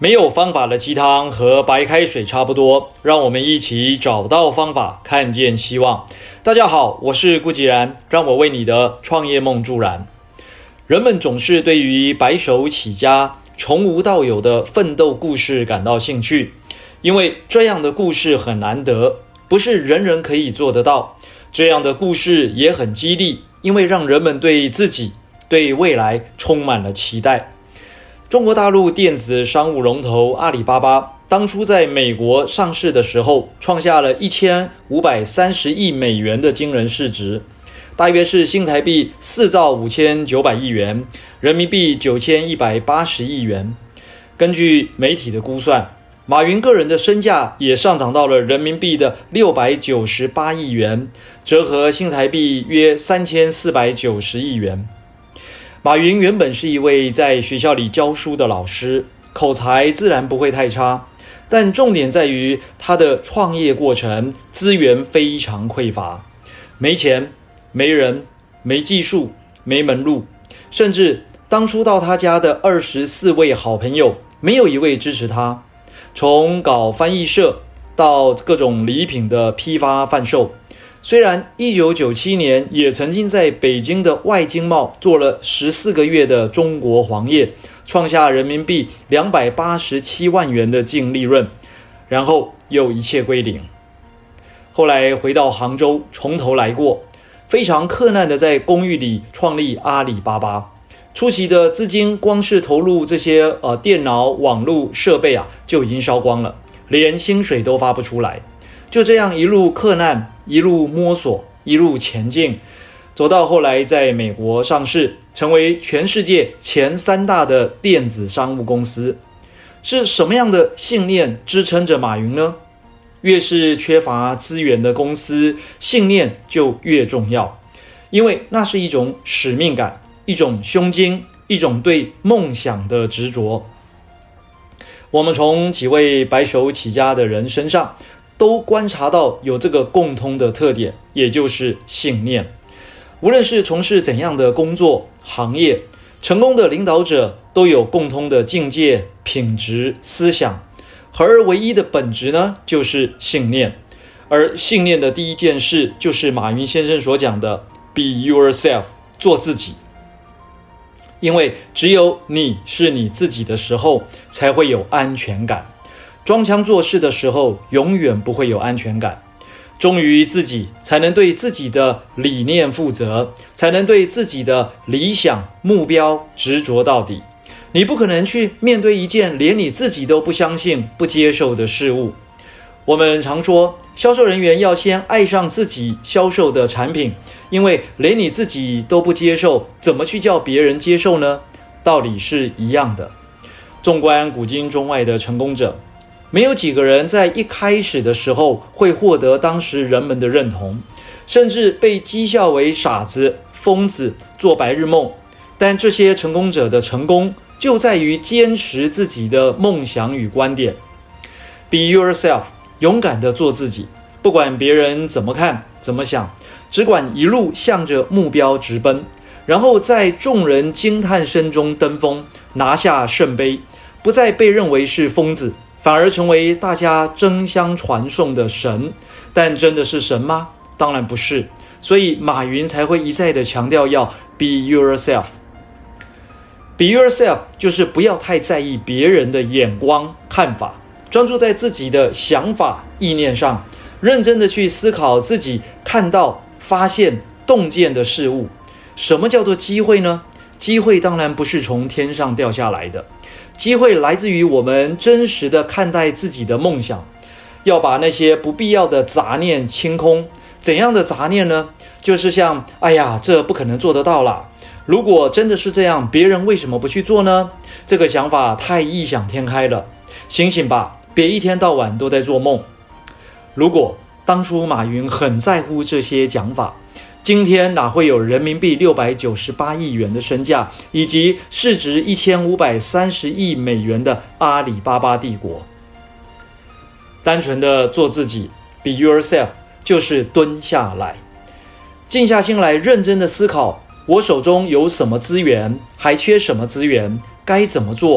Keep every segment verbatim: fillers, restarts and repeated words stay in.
没有方法的鸡汤和白开水差不多，让我们一起找到方法，看见希望。大家好，我是顾吉然，让我为你的创业梦助燃。人们总是对于白手起家、从无到有的奋斗故事感到兴趣，因为这样的故事很难得，不是人人可以做得到。这样的故事也很激励，因为让人们对自己、对未来充满了期待。中国大陆电子商务龙头阿里巴巴当初在美国上市的时候，创下了一千五百三十亿美元的惊人市值，大约是新台币四兆五千九百亿元，人民币九千一百八十亿元。根据媒体的估算，马云个人的身价也上涨到了人民币的六百九十八亿元，折合新台币约三千四百九十亿元。马云原本是一位在学校里教书的老师，口才自然不会太差，但重点在于他的创业过程资源非常匮乏，没钱、没人、没技术、没门路，甚至当初到他家的二十四位好朋友，没有一位支持他。从搞翻译社到各种礼品的批发贩售，虽然一九九七年也曾经在北京的外经贸做了十四个月的中国黄页，创下人民币两百八十七万元的净利润，然后又一切归零。后来回到杭州从头来过，非常克难的在公寓里创立阿里巴巴。初期的资金光是投入这些呃电脑网络设备啊就已经烧光了，连薪水都发不出来。就这样一路克难，一路摸索，一路前进，走到后来在美国上市，成为全世界前三大的电子商务公司。是什么样的信念支撑着马云呢？越是缺乏资源的公司，信念就越重要，因为那是一种使命感，一种胸襟，一种对梦想的执着。我们从几位白手起家的人身上都观察到有这个共通的特点，也就是信念。无论是从事怎样的工作行业，成功的领导者都有共通的境界、品质、思想，合而为一的本质呢，就是信念。而信念的第一件事，就是马云先生所讲的 Be yourself， 做自己。因为只有你是你自己的时候，才会有安全感。装腔作势的时候，永远不会有安全感。忠于自己，才能对自己的理念负责，才能对自己的理想目标执着到底。你不可能去面对一件连你自己都不相信、不接受的事物。我们常说，销售人员要先爱上自己销售的产品，因为连你自己都不接受，怎么去叫别人接受呢？道理是一样的。纵观古今中外的成功者，没有几个人在一开始的时候会获得当时人们的认同，甚至被讥笑为傻子、疯子、做白日梦。但这些成功者的成功，就在于坚持自己的梦想与观点。Be yourself， 勇敢地做自己，不管别人怎么看、怎么想，只管一路向着目标直奔，然后在众人惊叹声中登峰，拿下圣杯，不再被认为是疯子，反而成为大家争相传颂的神。但真的是神吗？当然不是。所以马云才会一再的强调要 be yourself。be yourself 就是不要太在意别人的眼光看法，专注在自己的想法意念上，认真的去思考自己看到、发现、洞见的事物。什么叫做机会呢？机会当然不是从天上掉下来的，机会来自于我们真实的看待自己的梦想，要把那些不必要的杂念清空。怎样的杂念呢？就是像，哎呀，这不可能做得到啦。如果真的是这样，别人为什么不去做呢？这个想法太异想天开了。醒醒吧，别一天到晚都在做梦。如果当初马云很在乎这些讲法，今天哪会有人民币六百九十八亿元的身价，以及市值一千五百三十亿美元的阿里巴巴帝国？单纯的做自己 ，be yourself， 就是蹲下来，静下心来，认真的思考，我手中有什么资源，还缺什么资源，该怎么做，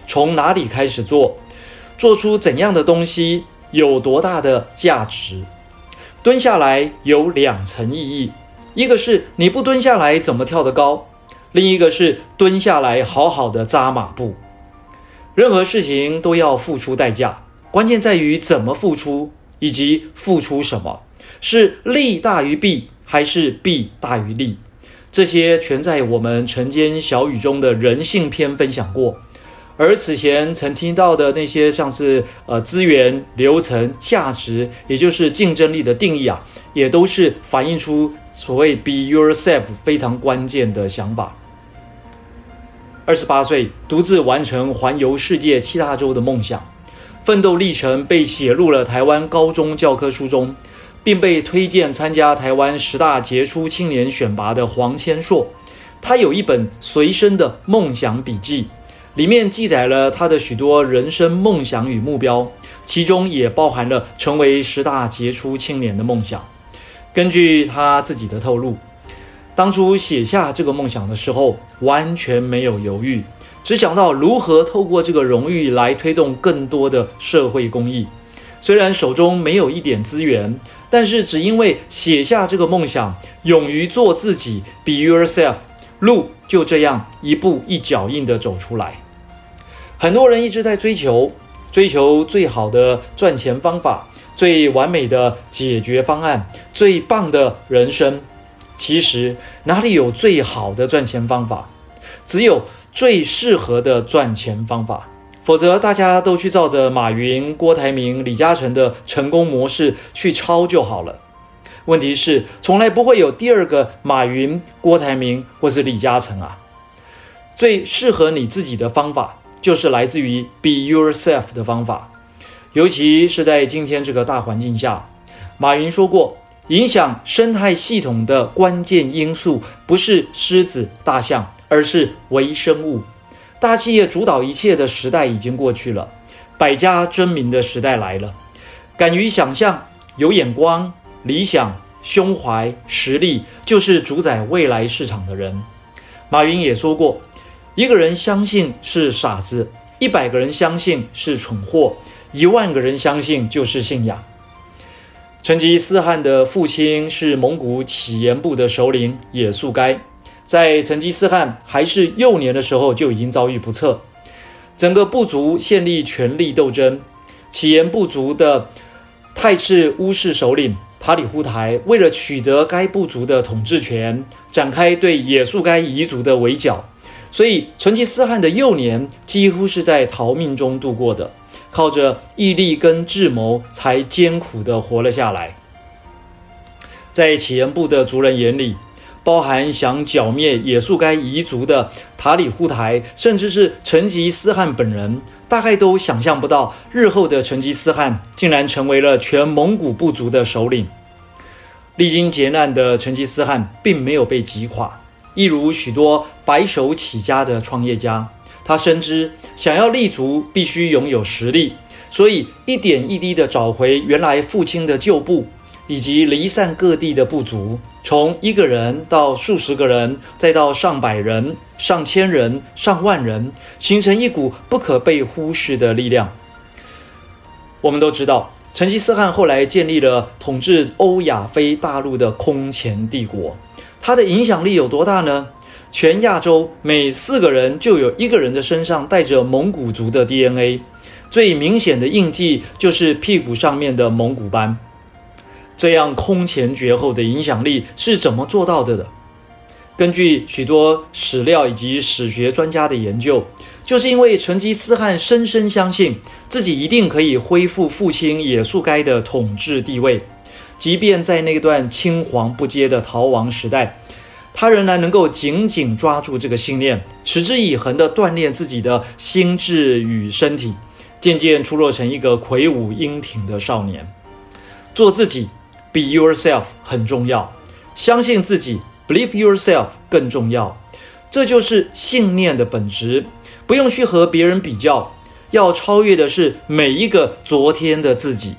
从哪里开始做，做出怎样的东西，有多大的价值。蹲下来有两层意义，一个是你不蹲下来怎么跳得高，另一个是蹲下来好好的扎马步。任何事情都要付出代价，关键在于怎么付出，以及付出什么，是利大于弊，还是弊大于利。这些全在我们晨间小语中的人性篇分享过，而此前曾听到的那些像是呃资源、流程、价值，也就是竞争力的定义啊，也都是反映出所谓 be yourself 非常关键的想法。二十八岁独自完成环游世界七大洲的梦想，奋斗历程被写入了台湾高中教科书中，并被推荐参加台湾十大杰出青年选拔的黄千硕，他有一本随身的梦想笔记，里面记载了他的许多人生梦想与目标，其中也包含了成为十大杰出青年的梦想。根据他自己的透露，当初写下这个梦想的时候，完全没有犹豫，只想到如何透过这个荣誉来推动更多的社会公益。虽然手中没有一点资源，但是只因为写下这个梦想，勇于做自己 be yourself， 路就这样一步一脚印地走出来。很多人一直在追求追求最好的赚钱方法，最完美的解决方案，最棒的人生。其实哪里有最好的赚钱方法，只有最适合的赚钱方法。否则大家都去照着马云、郭台铭、李嘉诚的成功模式去抄就好了。问题是从来不会有第二个马云、郭台铭或是李嘉诚啊。最适合你自己的方法，就是来自于 be yourself 的方法。尤其是在今天这个大环境下，马云说过，影响生态系统的关键因素不是狮子、大象，而是微生物。大企业主导一切的时代已经过去了，百家争鸣的时代来了。敢于想象、有眼光、理想、胸怀、实力，就是主宰未来市场的人。马云也说过，一个人相信是傻子，一百个人相信是蠢货，一万个人相信就是信仰。成吉思汗的父亲是蒙古乞颜部的首领也速该，在成吉思汗还是幼年的时候就已经遭遇不测，整个部族陷立权力斗争。乞颜部族的泰赤乌氏首领塔里忽台为了取得该部族的统治权，展开对也速该彝族的围剿，所以成吉思汗的幼年几乎是在逃命中度过的，靠着毅力跟智谋才艰苦地活了下来。在乞颜部的族人眼里，包含想剿灭也速该彝族的塔里忽台，甚至是成吉思汗本人，大概都想象不到日后的成吉思汗竟然成为了全蒙古部族的首领。历经劫难的成吉思汗并没有被击垮，一如许多白手起家的创业家，他深知想要立足必须拥有实力，所以一点一滴地找回原来父亲的旧部，以及离散各地的部族，从一个人到数十个人，再到上百人、上千人、上万人，形成一股不可被忽视的力量。我们都知道，成吉思汗后来建立了统治欧亚非大陆的空前帝国，他的影响力有多大呢？全亚洲每四个人就有一个人的身上带着蒙古族的 D N A， 最明显的印记就是屁股上面的蒙古斑。这样空前绝后的影响力是怎么做到的呢？根据许多史料以及史学专家的研究，就是因为成吉思汗深深相信自己一定可以恢复父亲也速该的统治地位，即便在那段青黄不接的逃亡时代，他仍然能够紧紧抓住这个信念，持之以恒地锻炼自己的心智与身体，渐渐出落成一个魁梧英挺的少年。做自己 be yourself 很重要，相信自己 believe yourself 更重要。这就是信念的本质，不用去和别人比较，要超越的是每一个昨天的自己。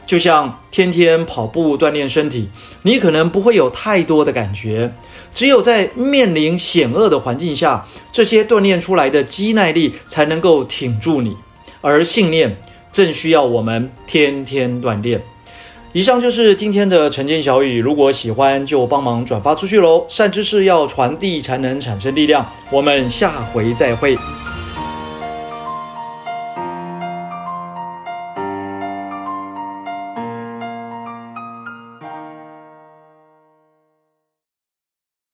就像天天跑步锻炼身体，你可能不会有太多的感觉，只有在面临险恶的环境下，这些锻炼出来的肌耐力才能够挺住你。而信念正需要我们天天锻炼。以上就是今天的晨间小语，如果喜欢就帮忙转发出去咯。善知识要传递才能产生力量，我们下回再会。